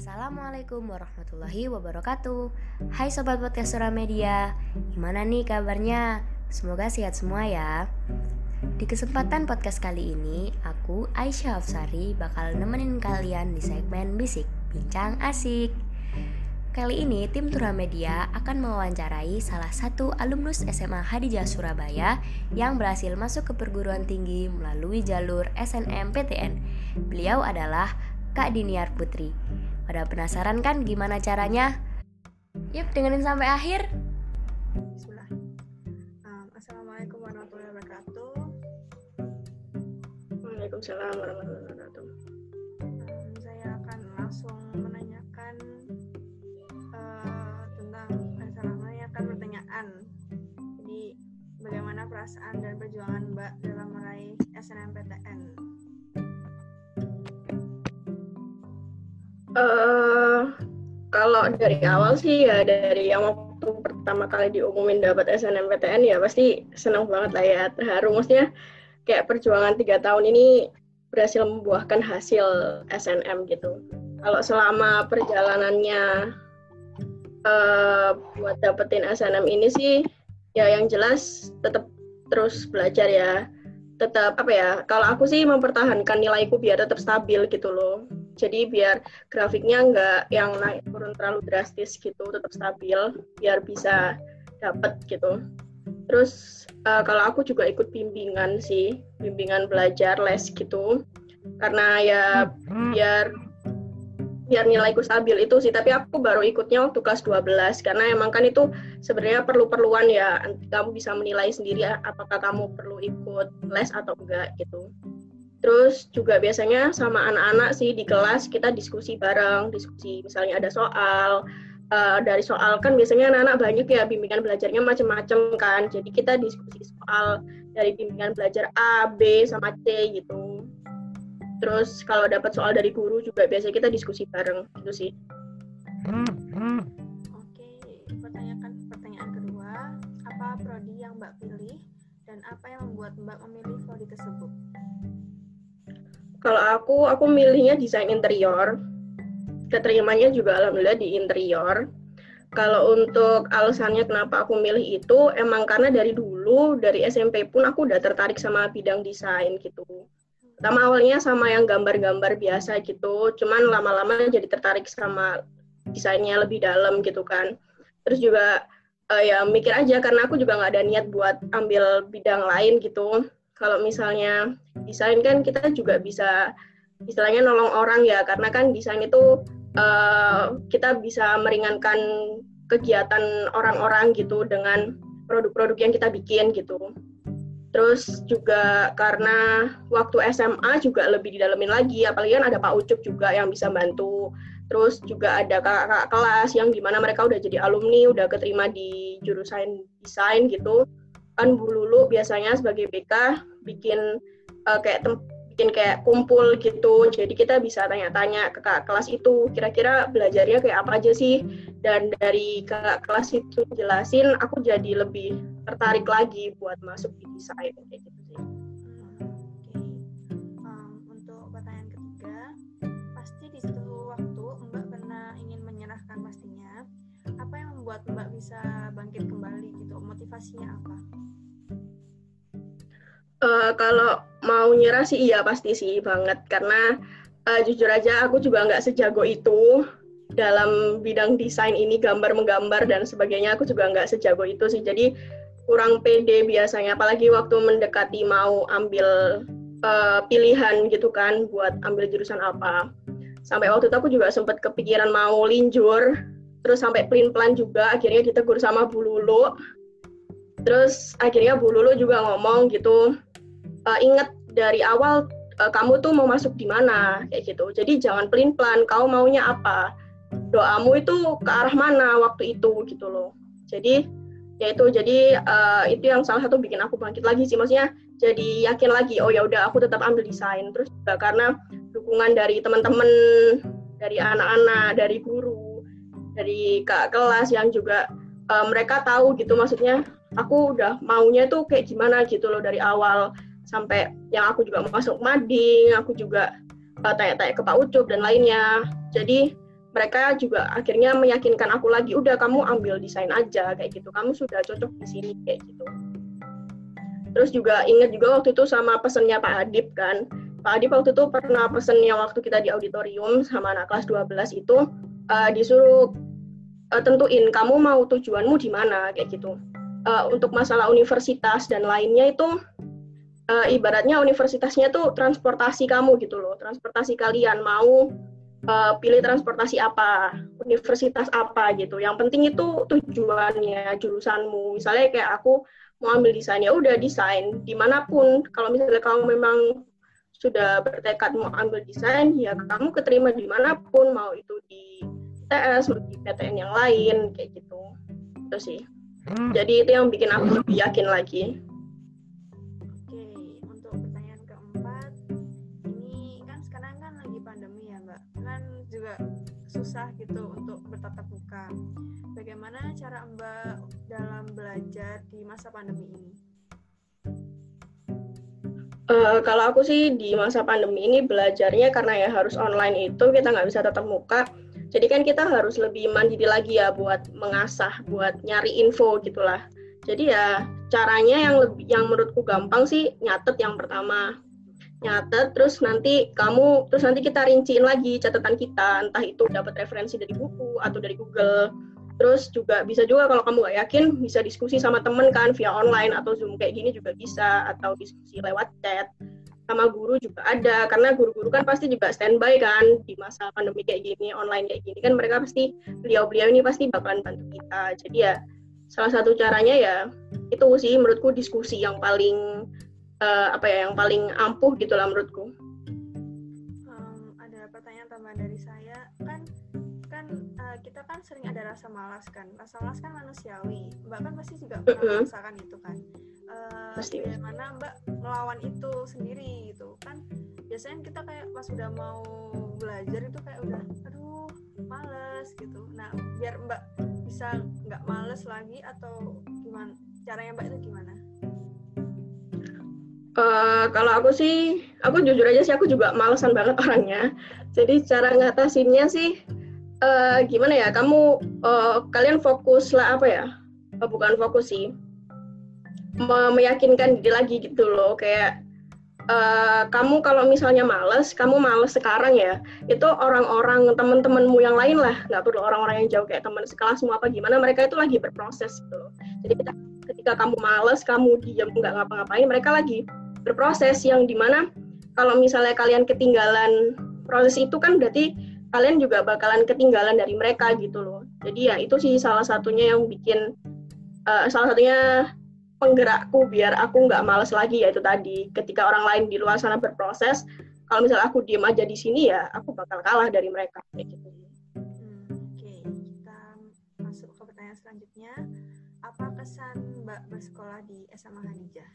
Assalamualaikum warahmatullahi wabarakatuh. Hai Sobat Podcast Suramedia, gimana nih kabarnya? Semoga sehat semua ya. Di kesempatan podcast kali ini, aku Aisyah Hafsari bakal nemenin kalian di segmen Bisik, Bincang Asik. Kali ini tim Suramedia akan mewawancarai salah satu alumnus SMA Hadijah Surabaya yang berhasil masuk ke perguruan tinggi melalui jalur SNMPTN. Beliau adalah Kak Diniar Putri. Pada penasaran kan gimana caranya? Yuk dengerin sampai akhir. Bismillah. Assalamualaikum warahmatullahi wabarakatuh. Waalaikumsalam warahmatullahi wabarakatuh. Saya akan langsung menanyakan menanyakan pertanyaan. Jadi bagaimana perasaan dan perjuangan Mbak dalam meraih SNMPTN? Kalau dari awal sih ya, dari yang waktu pertama kali diumumin dapat SNMPTN ya pasti senang banget lah ya, terharu. Maksudnya kayak perjuangan 3 tahun ini berhasil membuahkan hasil SNM gitu. Kalau selama perjalanannya buat dapetin SNM ini sih ya yang jelas tetap terus belajar ya. Tetap kalau aku sih mempertahankan nilaiku biar tetap stabil gitu loh. Jadi biar grafiknya nggak yang naik turun terlalu drastis gitu, tetap stabil biar bisa dapet gitu. Terus kalau aku juga ikut bimbingan belajar les gitu, karena ya biar nilaiku stabil itu sih. Tapi aku baru ikutnya waktu kelas 12 karena emang kan itu sebenarnya perlu-perluan ya, kamu bisa menilai sendiri apakah kamu perlu ikut les atau enggak gitu. Terus juga biasanya sama anak-anak sih di kelas kita diskusi bareng, misalnya ada soal, dari soal kan biasanya anak-anak banyak ya, bimbingan belajarnya macam-macam kan, jadi kita diskusi soal dari bimbingan belajar A, B, sama C gitu. Terus kalau dapat soal dari guru juga biasanya kita diskusi bareng gitu sih. Oke, pertanyaan kedua, apa prodi yang Mbak pilih dan apa yang membuat Mbak memilih prodi tersebut? Kalau aku milihnya desain interior. Keterimanya juga alhamdulillah di interior. Kalau untuk alasannya kenapa aku milih itu, emang karena dari dulu, dari SMP pun aku udah tertarik sama bidang desain gitu. Pertama awalnya sama yang gambar-gambar biasa gitu, cuman lama-lama jadi tertarik sama desainnya lebih dalam gitu kan. Terus juga ya mikir aja, karena aku juga nggak ada niat buat ambil bidang lain gitu. Kalau misalnya desain kan kita juga bisa istilahnya nolong orang ya, karena kan desain itu kita bisa meringankan kegiatan orang-orang gitu dengan produk-produk yang kita bikin gitu. Terus juga karena waktu SMA juga lebih didalamin lagi, apalagi kan ada Pak Ucup juga yang bisa bantu. Terus juga ada kakak kelas yang dimana mereka udah jadi alumni, udah keterima di jurusan desain gitu. Kan Bu Lulu biasanya sebagai BK bikin kayak kumpul gitu, jadi kita bisa tanya-tanya ke kakak kelas itu kira-kira belajarnya kayak apa aja sih, dan dari kakak kelas itu jelasin, aku jadi lebih tertarik lagi buat masuk di desain kayak gitu sih. Untuk pertanyaan ketiga, pasti di suatu waktu Mbak pernah ingin menyerahkan pastinya. Apa yang membuat Mbak bisa bangkit kembali gitu? Motivasinya apa? Kalau mau nyerah sih iya pasti sih banget, karena jujur aja aku juga nggak sejago itu dalam bidang desain ini, menggambar dan sebagainya, aku juga nggak sejago itu sih, jadi kurang pede biasanya, apalagi waktu mendekati mau ambil pilihan gitu kan buat ambil jurusan apa. Sampai waktu itu aku juga sempat kepikiran mau linjur, terus sampai pelin-pelan juga akhirnya ditegur sama Bu Lulu. Terus akhirnya Bu Lulu juga ngomong gitu, ingat dari awal kamu tuh mau masuk di mana kayak gitu. Jadi jangan pelin-pelan, kamu maunya apa, doamu itu ke arah mana waktu itu gitu loh. Jadi ya itu, itu yang salah satu bikin aku bangkit lagi sih, maksudnya jadi yakin lagi, oh ya udah aku tetap ambil desain. Terus juga karena dukungan dari teman-teman, dari anak-anak, dari guru, dari kakak kelas yang juga mereka tahu gitu, maksudnya aku udah maunya tuh kayak gimana gitu loh dari awal. Sampai yang aku juga masuk mading, aku juga tanya-tanya ke Pak Ucup dan lainnya. Jadi mereka juga akhirnya meyakinkan aku lagi, udah kamu ambil desain aja kayak gitu, kamu sudah cocok di sini kayak gitu. Terus juga ingat juga waktu itu sama pesennya Pak Adib kan, Pak Adib waktu itu pernah pesennya waktu kita di auditorium sama anak kelas 12 itu disuruh tentuin kamu mau tujuanmu di mana kayak gitu. Untuk masalah universitas dan lainnya itu ibaratnya universitasnya tuh transportasi kamu gitu loh, transportasi kalian mau pilih transportasi apa, universitas apa gitu. Yang penting itu tujuannya, jurusanmu. Misalnya kayak aku mau ambil desain, ya udah desain dimanapun. Kalau misalnya kamu memang sudah bertekad mau ambil desain, ya kamu keterima dimanapun, mau itu di ITS, mau di PTN yang lain kayak gitu. Itu sih. Jadi itu yang bikin aku lebih yakin lagi. Susah gitu untuk bertatap muka. Bagaimana cara Mbak dalam belajar di masa pandemi ini? Kalau aku sih di masa pandemi ini belajarnya karena ya harus online itu kita nggak bisa tatap muka. Jadi kan kita harus lebih mandiri lagi ya buat mengasah, buat nyari info gitulah. Jadi ya caranya yang menurutku gampang sih nyatet yang pertama. Nyatet terus nanti kita rinciin lagi catatan kita, entah itu dapat referensi dari buku atau dari Google. Terus juga bisa juga kalau kamu nggak yakin bisa diskusi sama temen kan via online atau Zoom kayak gini juga bisa, atau diskusi lewat chat sama guru juga ada, karena guru-guru kan pasti juga standby kan di masa pandemi kayak gini, online kayak gini kan mereka pasti beliau-beliau ini pasti bakalan bantu kita. Jadi ya salah satu caranya ya itu sih menurutku diskusi yang paling yang paling ampuh gitulah menurutku. Ada pertanyaan tambahan dari saya, kan kita kan sering ada rasa malas kan manusiawi. Mbak kan pasti juga pernah merasakan itu kan. Pasti. Bagaimana Mbak melawan itu sendiri gitu kan? Biasanya kita kayak pas udah mau belajar itu kayak udah aduh males gitu. Nah biar Mbak bisa nggak males lagi atau gimana? Caranya Mbak itu gimana? Kalau aku jujur aja sih aku juga malesan banget orangnya. Jadi cara ngatasinnya sih gimana ya? Kalian fokus lah bukan fokus sih, meyakinkan diri lagi gitu loh. Kayak kamu kalau misalnya kamu males sekarang ya, itu orang-orang teman-temanmu yang lain lah, nggak perlu orang-orang yang jauh kayak teman sekelasmu apa gimana, mereka itu lagi berproses gitu loh. Jadi ketika kamu males, kamu diam nggak ngapa-ngapain, mereka lagi berproses, yang dimana kalau misalnya kalian ketinggalan proses itu kan berarti kalian juga bakalan ketinggalan dari mereka gitu loh. Jadi ya itu sih salah satunya yang bikin salah satunya penggerakku biar aku nggak malas lagi, yaitu tadi ketika orang lain di luar sana berproses, kalau misalnya aku diem aja di sini ya aku bakal kalah dari mereka kayak gitu. Oke, kita masuk ke pertanyaan selanjutnya. Apa kesan Mbak bersekolah di SMA Hadijah?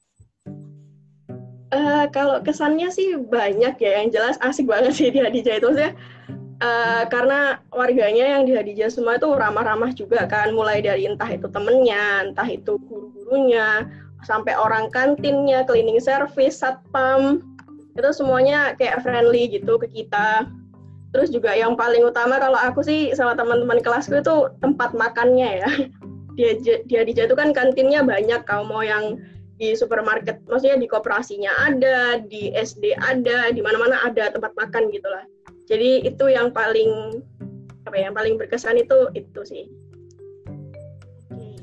Kalau kesannya sih banyak ya, yang jelas asik banget sih di Hadijah itu maksudnya. Karena warganya yang di Hadijah semua itu ramah-ramah juga kan, mulai dari entah itu temennya, entah itu guru-gurunya, sampai orang kantinnya, cleaning service, satpam, itu semuanya kayak friendly gitu ke kita. Terus juga yang paling utama kalau aku sih sama teman-teman kelasku itu tempat makannya ya. Di Hadijah itu kan kantinnya banyak, kalau mau yang di supermarket, maksudnya di koperasinya ada, di SD ada, di mana-mana ada tempat makan gitulah. Jadi itu yang paling berkesan itu sih. Oke,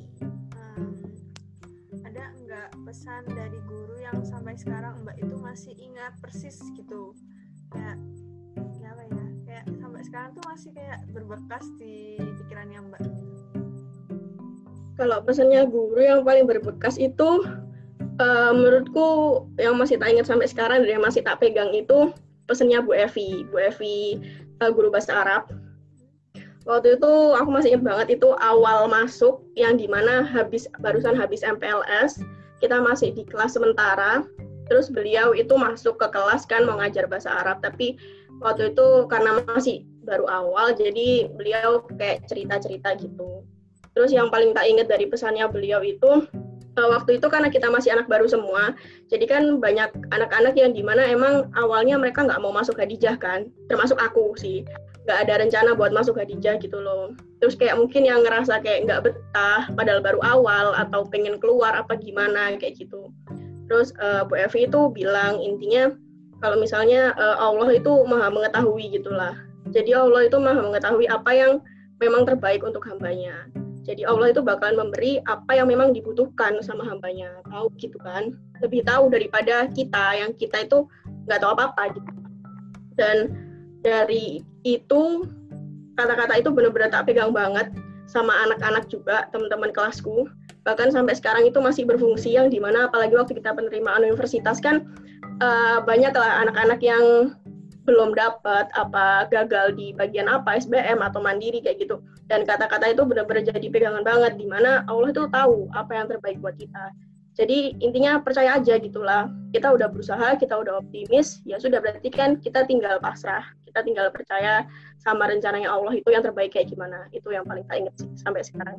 ada nggak pesan dari guru yang sampai sekarang Mbak itu masih ingat persis gitu? Kayak sampai sekarang tuh masih kayak berbekas di pikirannya Mbak. Kalau pesannya guru yang paling berbekas itu menurutku yang masih tak ingat sampai sekarang dan yang masih tak pegang itu pesannya Bu Evi guru bahasa Arab. Waktu itu aku masih ingat banget, itu awal masuk yang dimana barusan habis MPLS, kita masih di kelas sementara, terus beliau itu masuk ke kelas kan mau ngajar bahasa Arab, tapi waktu itu karena masih baru awal jadi beliau kayak cerita-cerita gitu. Terus yang paling tak ingat dari pesannya beliau itu waktu itu karena kita masih anak baru semua, jadi kan banyak anak-anak yang dimana emang awalnya mereka nggak mau masuk Hadijah kan, termasuk aku sih. nggak ada rencana buat masuk Khadijah gitu loh. Terus kayak mungkin yang ngerasa kayak nggak betah padahal baru awal atau pengen keluar apa gimana kayak gitu. Terus Bu Evi itu bilang intinya kalau misalnya Allah itu maha mengetahui gitulah. Jadi Allah itu maha mengetahui apa yang memang terbaik untuk hambanya. Jadi Allah itu bakalan memberi apa yang memang dibutuhkan sama hambanya. Tahu gitu kan. Lebih tahu daripada kita yang kita itu nggak tahu apa-apa gitu. Dan dari itu kata-kata itu benar-benar tak pegang banget sama anak-anak juga, teman-teman kelasku. Bahkan sampai sekarang itu masih berfungsi, yang dimana apalagi waktu kita penerimaan universitas kan banyak lah anak-anak yang belum dapat apa, gagal di bagian apa, SBM atau mandiri kayak gitu. Dan kata-kata itu benar-benar jadi pegangan banget, dimana Allah itu tahu apa yang terbaik buat kita. Jadi intinya percaya aja gitulah. Kita udah berusaha, kita udah optimis, ya sudah berarti kan kita tinggal pasrah, kita tinggal percaya sama rencananya Allah itu yang terbaik kayak gimana. Itu yang paling tak inget sih sampai sekarang.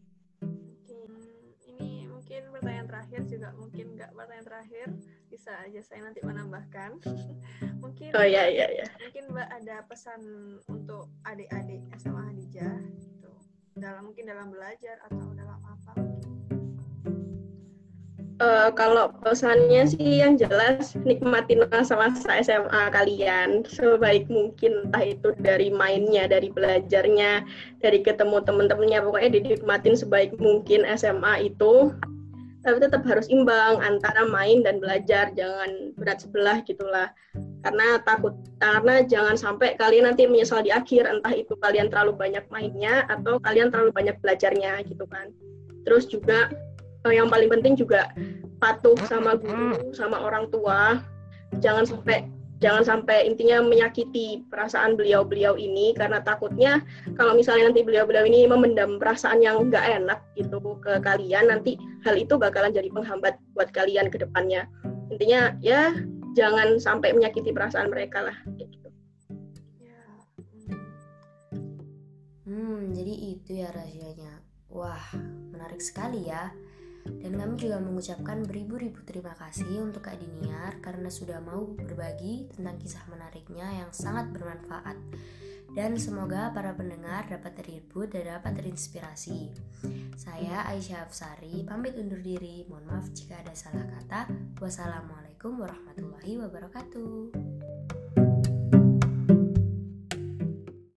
Ini mungkin pertanyaan terakhir juga, mungkin nggak pertanyaan terakhir, bisa aja saya nanti menambahkan. Mungkin mungkin Mbak ada pesan untuk adik-adik SMA Khadijah gitu, mungkin dalam belajar atau dalam apa mungkin. Kalau pesannya sih yang jelas nikmatin masa-masa SMA kalian sebaik mungkin, entah itu dari mainnya, dari belajarnya, dari ketemu teman-temannya, pokoknya dinikmatin sebaik mungkin SMA itu. Tapi tetap harus imbang antara main dan belajar, jangan berat sebelah gitulah. Karena jangan sampai kalian nanti menyesal di akhir, entah itu kalian terlalu banyak mainnya atau kalian terlalu banyak belajarnya gitu kan. Terus juga yang paling penting juga patuh sama guru, sama orang tua. Jangan sampai intinya menyakiti perasaan beliau-beliau ini, karena takutnya kalau misalnya nanti beliau-beliau ini memendam perasaan yang nggak enak gitu ke kalian, nanti hal itu bakalan jadi penghambat buat kalian ke depannya. Intinya ya jangan sampai menyakiti perasaan mereka lah gitu. Jadi itu ya rahasianya. Wah, menarik sekali ya. Dan kami juga mengucapkan beribu-ribu terima kasih untuk Kak Diniar karena sudah mau berbagi tentang kisah menariknya yang sangat bermanfaat. Dan semoga para pendengar dapat terhibur dan dapat terinspirasi. Saya Aisyah Afsari, pamit undur diri. Mohon maaf jika ada salah kata. Wassalamualaikum warahmatullahi wabarakatuh.